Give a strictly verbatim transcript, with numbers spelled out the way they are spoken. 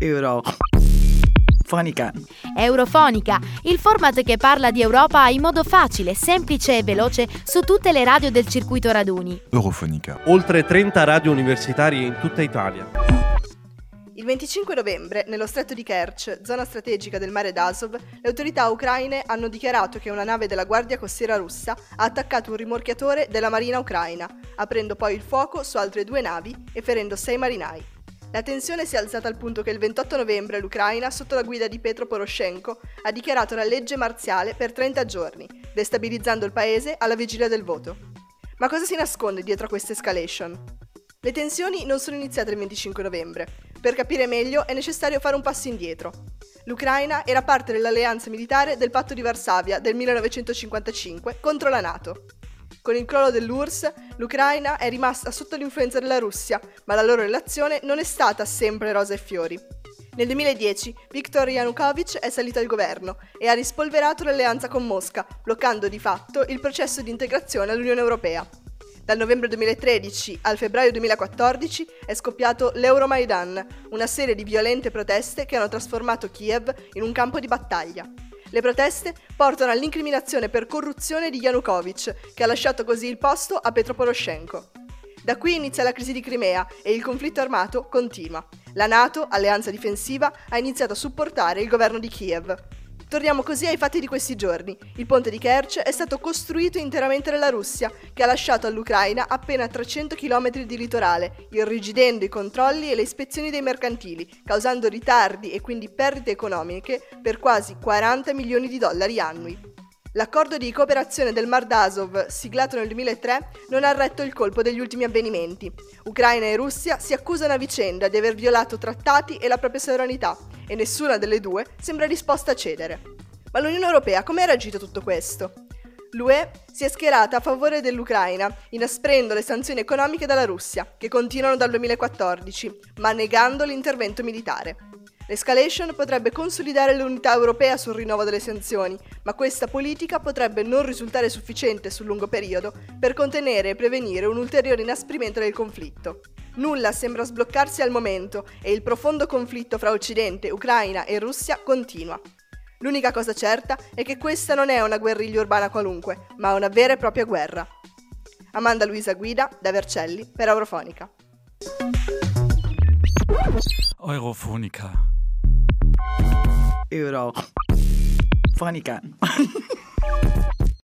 Eurofonica. Eurofonica, il format che parla di Europa in modo facile, semplice e veloce su tutte le radio del circuito raduni. Eurofonica. Oltre trenta radio universitarie in tutta Italia. Il venticinque novembre, nello stretto di Kerch, zona strategica del mare d'Azov, le autorità ucraine hanno dichiarato che una nave della Guardia Costiera russa ha attaccato un rimorchiatore della Marina ucraina, aprendo poi il fuoco su altre due navi e ferendo sei marinai. La tensione si è alzata al punto che il ventotto novembre l'Ucraina, sotto la guida di Petro Poroshenko, ha dichiarato una legge marziale per trenta giorni, destabilizzando il paese alla vigilia del voto. Ma cosa si nasconde dietro a questa escalation? Le tensioni non sono iniziate il venticinque novembre. Per capire meglio è necessario fare un passo indietro. L'Ucraina era parte dell'alleanza militare del Patto di Varsavia del millenovecentocinquantacinque contro la NATO. Con il crollo dell'U R S S, l'Ucraina è rimasta sotto l'influenza della Russia, ma la loro relazione non è stata sempre rosa e fiori. Nel duemiladieci, Viktor Yanukovych è salito al governo e ha rispolverato l'alleanza con Mosca, bloccando di fatto il processo di integrazione all'Unione Europea. Dal novembre duemilatredici al febbraio duemilaquattordici è scoppiato l'Euromaidan, una serie di violente proteste che hanno trasformato Kiev in un campo di battaglia. Le proteste portano all'incriminazione per corruzione di Yanukovych, che ha lasciato così il posto a Petro Poroshenko. Da qui inizia la crisi di Crimea e il conflitto armato continua. La NATO, alleanza difensiva, ha iniziato a supportare il governo di Kiev. Torniamo così ai fatti di questi giorni. Il ponte di Kerch è stato costruito interamente dalla Russia, che ha lasciato all'Ucraina appena trecento chilometri di litorale, irrigidendo i controlli e le ispezioni dei mercantili, causando ritardi e quindi perdite economiche per quasi quaranta milioni di dollari annui. L'accordo di cooperazione del Mar d'Azov, siglato nel duemilatré, non ha retto il colpo degli ultimi avvenimenti. Ucraina e Russia si accusano a vicenda di aver violato trattati e la propria sovranità, e nessuna delle due sembra disposta a cedere. Ma l'Unione Europea come ha reagito a tutto questo? L'U E si è schierata a favore dell'Ucraina, inasprendo le sanzioni economiche dalla Russia, che continuano dal duemilaquattordici, ma negando l'intervento militare. L'escalation potrebbe consolidare l'unità europea sul rinnovo delle sanzioni, ma questa politica potrebbe non risultare sufficiente sul lungo periodo per contenere e prevenire un ulteriore inasprimento del conflitto. Nulla sembra sbloccarsi al momento e il profondo conflitto fra Occidente, Ucraina e Russia continua. L'unica cosa certa è che questa non è una guerriglia urbana qualunque, ma una vera e propria guerra. Amanda Luisa Guida, da Vercelli, per Eurofonica. Eurofonica. Eurofonica.